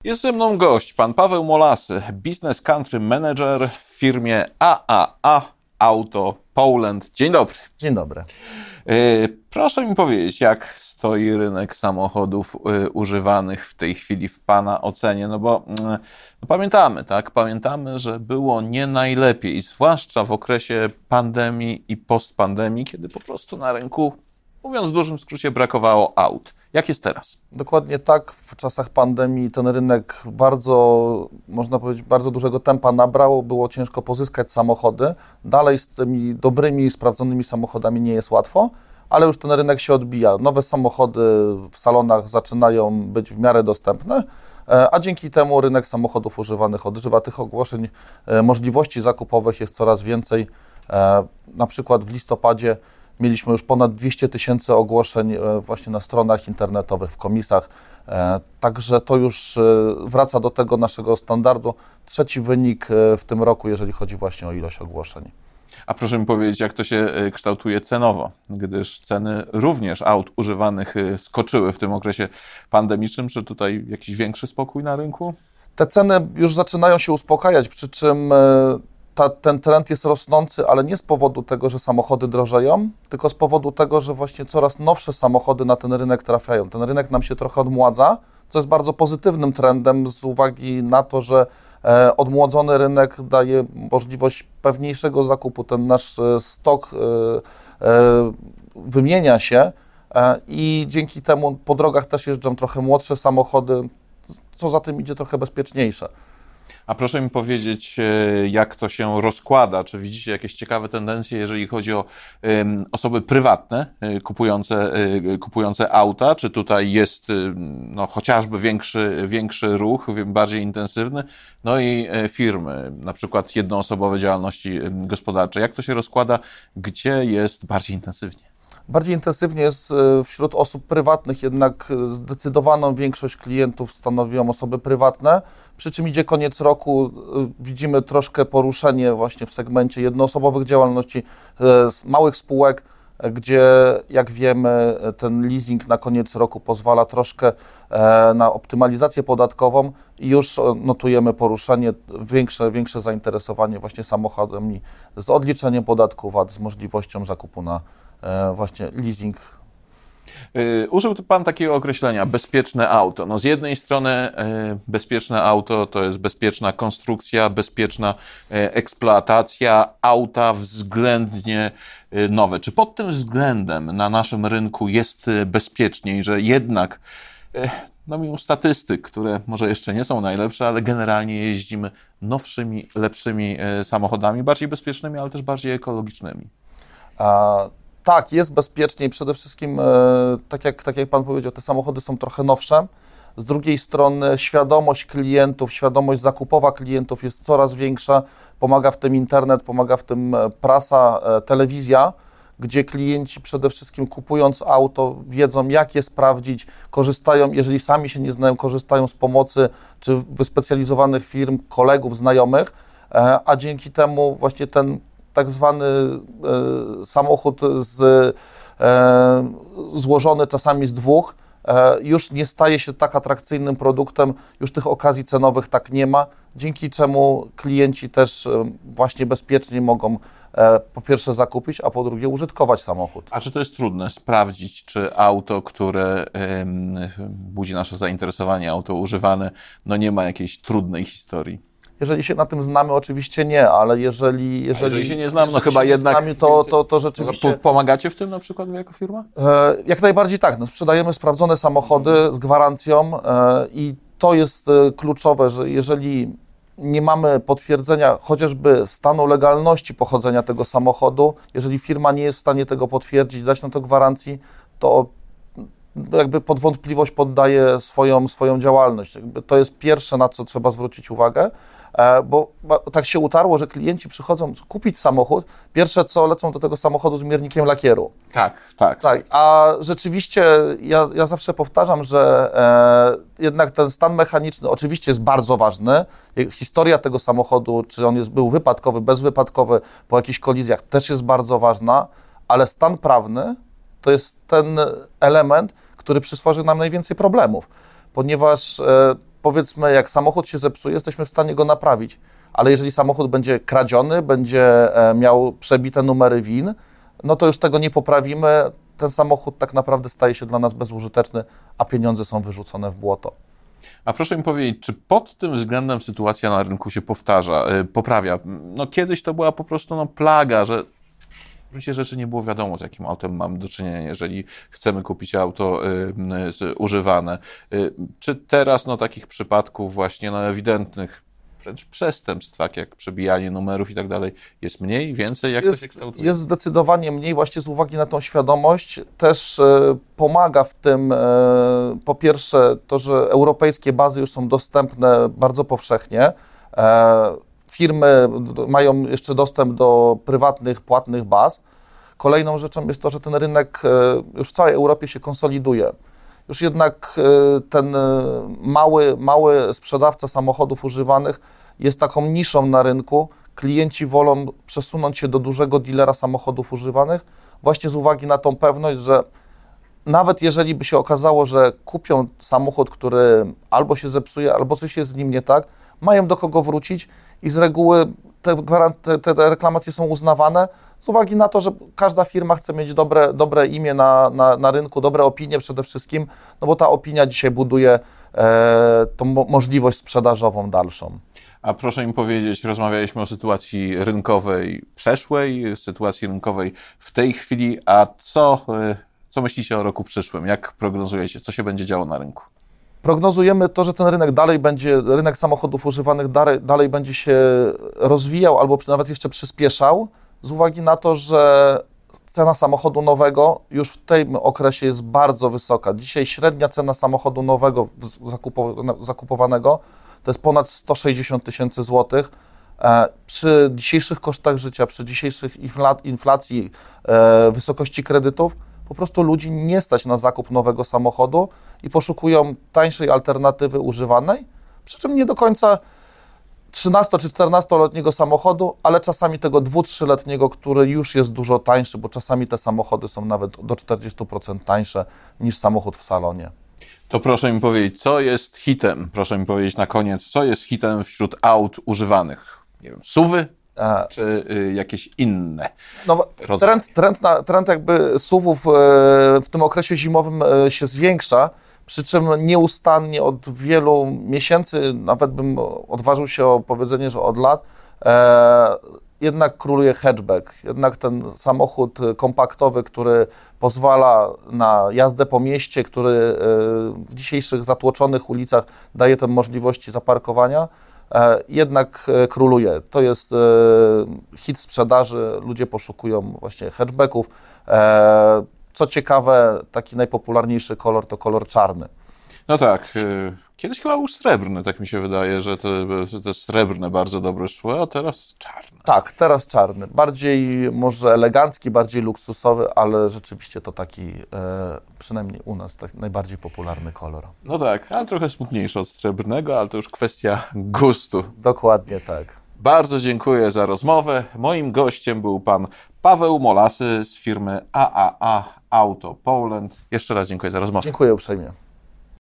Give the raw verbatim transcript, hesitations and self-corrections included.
Jest ze mną gość, pan Paweł Molasy, Business Country Manager w firmie A A A Auto Poland. Dzień dobry. Dzień dobry. Proszę mi powiedzieć, jak stoi rynek samochodów używanych w tej chwili w pana ocenie? No bo no pamiętamy, tak? Pamiętamy, że było nie najlepiej, zwłaszcza w okresie pandemii i postpandemii, kiedy po prostu na rynku, mówiąc w dużym skrócie, brakowało aut. Jak jest teraz? Dokładnie tak. W czasach pandemii ten rynek bardzo, można powiedzieć, bardzo dużego tempa nabrał. Było ciężko pozyskać samochody. Dalej z tymi dobrymi, sprawdzonymi samochodami nie jest łatwo, ale już ten rynek się odbija. Nowe samochody w salonach zaczynają być w miarę dostępne, a dzięki temu rynek samochodów używanych odżywa. Tych ogłoszeń, możliwości zakupowych jest coraz więcej. Na przykład w listopadzie mieliśmy już ponad dwieście tysięcy ogłoszeń właśnie na stronach internetowych, w komisach, także to już wraca do tego naszego standardu. Trzeci wynik w tym roku, jeżeli chodzi właśnie o ilość ogłoszeń. A proszę mi powiedzieć, jak to się kształtuje cenowo, gdyż ceny również aut używanych skoczyły w tym okresie pandemicznym. Czy tutaj jakiś większy spokój na rynku? Te ceny już zaczynają się uspokajać, przy czym Ta, ten trend jest rosnący, ale nie z powodu tego, że samochody drożeją, tylko z powodu tego, że właśnie coraz nowsze samochody na ten rynek trafiają. Ten rynek nam się trochę odmładza, co jest bardzo pozytywnym trendem z uwagi na to, że e, odmłodzony rynek daje możliwość pewniejszego zakupu. Ten nasz e, stok e, e, wymienia się e, i dzięki temu po drogach też jeżdżą trochę młodsze samochody, co za tym idzie trochę bezpieczniejsze. A proszę mi powiedzieć, jak to się rozkłada? Czy widzicie jakieś ciekawe tendencje, jeżeli chodzi o um, osoby prywatne um, kupujące, um, kupujące auta? Czy tutaj jest um, no, chociażby większy, większy ruch, bardziej intensywny? No i um, firmy, na przykład jednoosobowe działalności um, gospodarcze. Jak to się rozkłada? Gdzie jest bardziej intensywnie? Bardziej intensywnie jest wśród osób prywatnych, jednak zdecydowaną większość klientów stanowią osoby prywatne, przy czym idzie koniec roku, widzimy troszkę poruszenie właśnie w segmencie jednoosobowych działalności, małych spółek, gdzie jak wiemy ten leasing na koniec roku pozwala troszkę na optymalizację podatkową i już notujemy poruszenie, większe, większe zainteresowanie właśnie samochodami z odliczeniem podatku V A T, z możliwością zakupu na właśnie leasing. Użył pan takiego określenia, bezpieczne auto. No z jednej strony bezpieczne auto to jest bezpieczna konstrukcja, bezpieczna eksploatacja auta względnie nowe. Czy pod tym względem na naszym rynku jest bezpieczniej, że jednak, no mimo statystyk, które może jeszcze nie są najlepsze, ale generalnie jeździmy nowszymi, lepszymi samochodami, bardziej bezpiecznymi, ale też bardziej ekologicznymi? A... Tak, jest bezpieczniej. Przede wszystkim, e, tak, jak, tak jak Pan powiedział, te samochody są trochę nowsze. Z drugiej strony świadomość klientów, świadomość zakupowa klientów jest coraz większa. Pomaga w tym internet, pomaga w tym prasa, e, telewizja, gdzie klienci przede wszystkim kupując auto wiedzą, jak je sprawdzić, korzystają, jeżeli sami się nie znają, korzystają z pomocy czy wyspecjalizowanych firm, kolegów, znajomych, e, a dzięki temu właśnie ten tak zwany e, samochód z, e, złożony czasami z dwóch, e, już nie staje się tak atrakcyjnym produktem, już tych okazji cenowych tak nie ma, dzięki czemu klienci też e, właśnie bezpiecznie mogą e, po pierwsze zakupić, a po drugie użytkować samochód. A czy to jest trudne sprawdzić, czy auto, które e, budzi nasze zainteresowanie, auto używane, no nie ma jakiejś trudnej historii? Jeżeli się na tym znamy, oczywiście nie, ale jeżeli... Jeżeli, jeżeli się nie znam, no chyba jednak... Znamy, to, to, to rzeczywiście... Pomagacie w tym na przykład jako firma? E, jak najbardziej tak. No, sprzedajemy sprawdzone samochody z gwarancją e, i to jest e, kluczowe, że jeżeli nie mamy potwierdzenia chociażby stanu legalności pochodzenia tego samochodu, jeżeli firma nie jest w stanie tego potwierdzić, dać nam to gwarancji, to jakby pod wątpliwość poddaje swoją, swoją działalność. Jakby to jest pierwsze, na co trzeba zwrócić uwagę, bo tak się utarło, że klienci przychodzą kupić samochód, pierwsze co lecą do tego samochodu z miernikiem lakieru. Tak, tak. tak. A rzeczywiście ja, ja zawsze powtarzam, że e, jednak ten stan mechaniczny oczywiście jest bardzo ważny. Historia tego samochodu, czy on jest, był wypadkowy, bezwypadkowy, po jakichś kolizjach też jest bardzo ważna, ale stan prawny to jest ten element, który przysporzy nam najwięcej problemów, ponieważ e, powiedzmy, jak samochód się zepsuje, jesteśmy w stanie go naprawić. Ale jeżeli samochód będzie kradziony, będzie miał przebite numery V I N, no to już tego nie poprawimy. Ten samochód tak naprawdę staje się dla nas bezużyteczny, a pieniądze są wyrzucone w błoto. A proszę mi powiedzieć, czy pod tym względem sytuacja na rynku się powtarza, yy, poprawia? No kiedyś to była po prostu no, plaga, że w gruncie rzeczy nie było wiadomo, z jakim autem mamy do czynienia, jeżeli chcemy kupić auto yy, używane. Yy, czy teraz no, takich przypadków właśnie no, ewidentnych, wręcz przestępstw, tak jak przebijanie numerów i tak dalej, jest mniej, więcej? Jak jest, to się kształtuje? Jest zdecydowanie mniej, właśnie z uwagi na tą świadomość. Też e, pomaga w tym, e, po pierwsze, to, że europejskie bazy już są dostępne bardzo powszechnie. E, firmy mają jeszcze dostęp do prywatnych, płatnych baz. Kolejną rzeczą jest to, że ten rynek e, już w całej Europie się konsoliduje. Już jednak ten mały, mały sprzedawca samochodów używanych jest taką niszą na rynku. Klienci wolą przesunąć się do dużego dealera samochodów używanych właśnie z uwagi na tą pewność, że nawet jeżeli by się okazało, że kupią samochód, który albo się zepsuje, albo coś jest z nim nie tak, mają do kogo wrócić i z reguły te, te, te reklamacje są uznawane z uwagi na to, że każda firma chce mieć dobre, dobre imię na, na, na rynku, dobre opinie przede wszystkim, no bo ta opinia dzisiaj buduje e, tą mo- możliwość sprzedażową dalszą. A proszę mi powiedzieć, rozmawialiśmy o sytuacji rynkowej przeszłej, sytuacji rynkowej w tej chwili, a co, co myślicie o roku przyszłym? Jak prognozujecie? Co się będzie działo na rynku? Prognozujemy to, że ten rynek dalej będzie, rynek samochodów używanych dalej, dalej będzie się rozwijał albo nawet jeszcze przyspieszał z uwagi na to, że cena samochodu nowego już w tym okresie jest bardzo wysoka. Dzisiaj średnia cena samochodu nowego zakupowanego to jest ponad sto sześćdziesiąt tysięcy złotych. Przy dzisiejszych kosztach życia, przy dzisiejszych inflacji, wysokości kredytów, po prostu ludzi nie stać na zakup nowego samochodu i poszukują tańszej alternatywy używanej, przy czym nie do końca trzynasto- czy czternastoletniego samochodu, ale czasami tego dwu-, trzyletniego, który już jest dużo tańszy, bo czasami te samochody są nawet do czterdzieści procent tańsze niż samochód w salonie. To proszę mi powiedzieć, co jest hitem? Proszę mi powiedzieć na koniec, co jest hitem wśród aut używanych? Nie wiem, suwy? E, czy y, jakieś inne? No, trend, trend, na, trend jakby suwów e, w tym okresie zimowym e, się zwiększa, przy czym nieustannie od wielu miesięcy, nawet bym odważył się o powiedzenie, że od lat, e, jednak króluje hatchback. Jednak ten samochód kompaktowy, który pozwala na jazdę po mieście, który e, w dzisiejszych zatłoczonych ulicach daje te możliwości zaparkowania, jednak króluje. To jest hit sprzedaży, ludzie poszukują właśnie hatchbacków. Co ciekawe, taki najpopularniejszy kolor to kolor czarny. No tak, kiedyś chyba był srebrny, tak mi się wydaje, że te, te srebrne bardzo dobre szły, a teraz czarny. Tak, teraz czarny. Bardziej może elegancki, bardziej luksusowy, ale rzeczywiście to taki, przynajmniej u nas, tak najbardziej popularny kolor. No tak, ale trochę smutniejszy od srebrnego, ale to już kwestia gustu. Dokładnie tak. Bardzo dziękuję za rozmowę. Moim gościem był pan Paweł Molasy z firmy A A A Auto Poland. Jeszcze raz dziękuję za rozmowę. Dziękuję uprzejmie.